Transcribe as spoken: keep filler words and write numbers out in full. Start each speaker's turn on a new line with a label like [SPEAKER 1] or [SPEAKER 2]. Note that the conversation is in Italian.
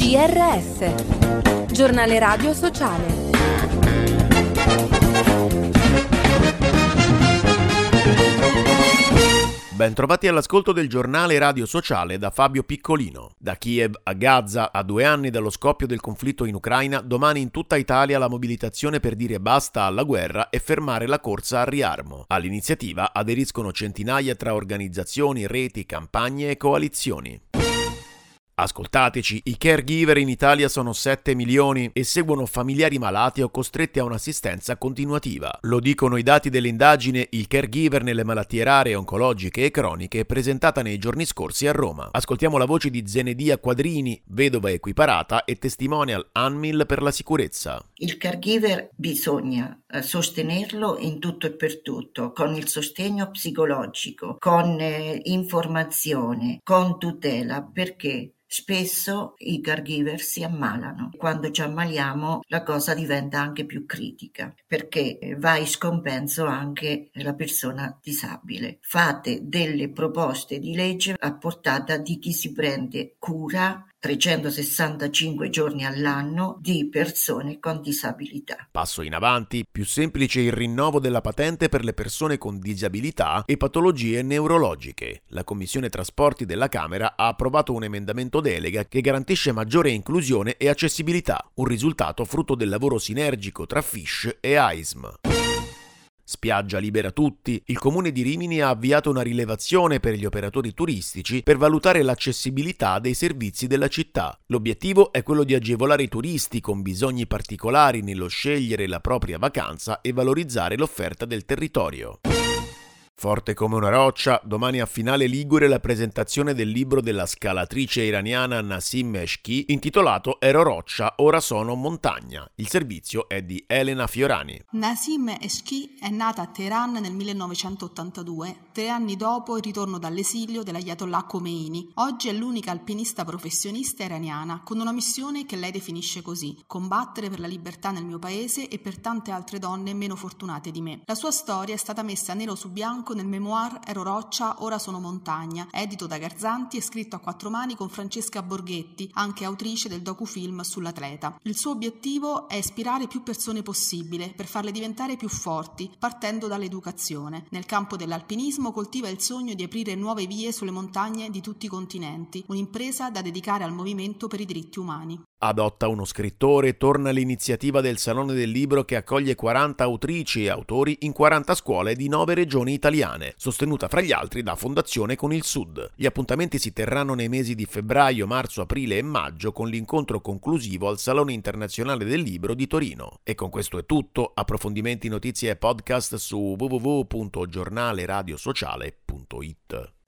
[SPEAKER 1] G R S, giornale radio sociale.
[SPEAKER 2] Bentrovati all'ascolto del giornale radio sociale da Fabio Piccolino. Da Kiev a Gaza, a due anni dallo scoppio del conflitto in Ucraina, domani in tutta Italia la mobilitazione per dire basta alla guerra e fermare la corsa al riarmo. All'iniziativa aderiscono centinaia tra organizzazioni, reti, campagne e coalizioni. Ascoltateci, i caregiver in Italia sono sette milioni e seguono familiari malati o costretti a un'assistenza continuativa. Lo dicono i dati dell'indagine Il caregiver nelle malattie rare, oncologiche e croniche presentata nei giorni scorsi a Roma. Ascoltiamo la voce di Zenedia Quadrini, vedova equiparata e testimonial Anmil per la sicurezza.
[SPEAKER 3] Il caregiver bisogna sostenerlo in tutto e per tutto, con il sostegno psicologico, con eh, informazione, con tutela, perché spesso i caregiver si ammalano. Quando ci ammaliamo la cosa diventa anche più critica, perché va in scompenso anche la persona disabile. Fate delle proposte di legge a portata di chi si prende cura trecentosessantacinque giorni all'anno di persone con disabilità.
[SPEAKER 2] Passo in avanti, più semplice il rinnovo della patente per le persone con disabilità e patologie neurologiche. La Commissione Trasporti della Camera ha approvato un emendamento delega che garantisce maggiore inclusione e accessibilità, un risultato frutto del lavoro sinergico tra F I S H e A I S M. Spiaggia libera tutti. Il comune di Rimini ha avviato una rilevazione per gli operatori turistici per valutare l'accessibilità dei servizi della città. L'obiettivo è quello di agevolare i turisti con bisogni particolari nello scegliere la propria vacanza e valorizzare l'offerta del territorio. Forte come una roccia, domani a Finale Ligure la presentazione del libro della scalatrice iraniana Nasim Eshki intitolato Ero roccia, ora sono montagna. Il servizio è di Elena Fiorani.
[SPEAKER 4] Nasim Eshki è nata a Teheran nel millenovecentottantadue, tre anni dopo il ritorno dall'esilio dell'Ayatollah Khomeini. Oggi è l'unica alpinista professionista iraniana con una missione che lei definisce così: combattere per la libertà nel mio paese e per tante altre donne meno fortunate di me. La sua storia è stata messa nero su bianco nel memoir Ero roccia, ora sono montagna, edito da Garzanti e scritto a quattro mani con Francesca Borghetti, anche autrice del docufilm sull'atleta. Il suo obiettivo è ispirare più persone possibile per farle diventare più forti, partendo dall'educazione. Nel campo dell'alpinismo coltiva il sogno di aprire nuove vie sulle montagne di tutti i continenti, un'impresa da dedicare al movimento per i diritti umani.
[SPEAKER 2] Adotta uno scrittore, torna l'iniziativa del Salone del Libro che accoglie quaranta autrici e autori in quaranta scuole di nove regioni italiane, sostenuta fra gli altri da Fondazione Con il Sud. Gli appuntamenti si terranno nei mesi di febbraio, marzo, aprile e maggio con l'incontro conclusivo al Salone Internazionale del Libro di Torino. E con questo è tutto, approfondimenti, notizie e podcast su w w w punto giornale radio sociale punto i t.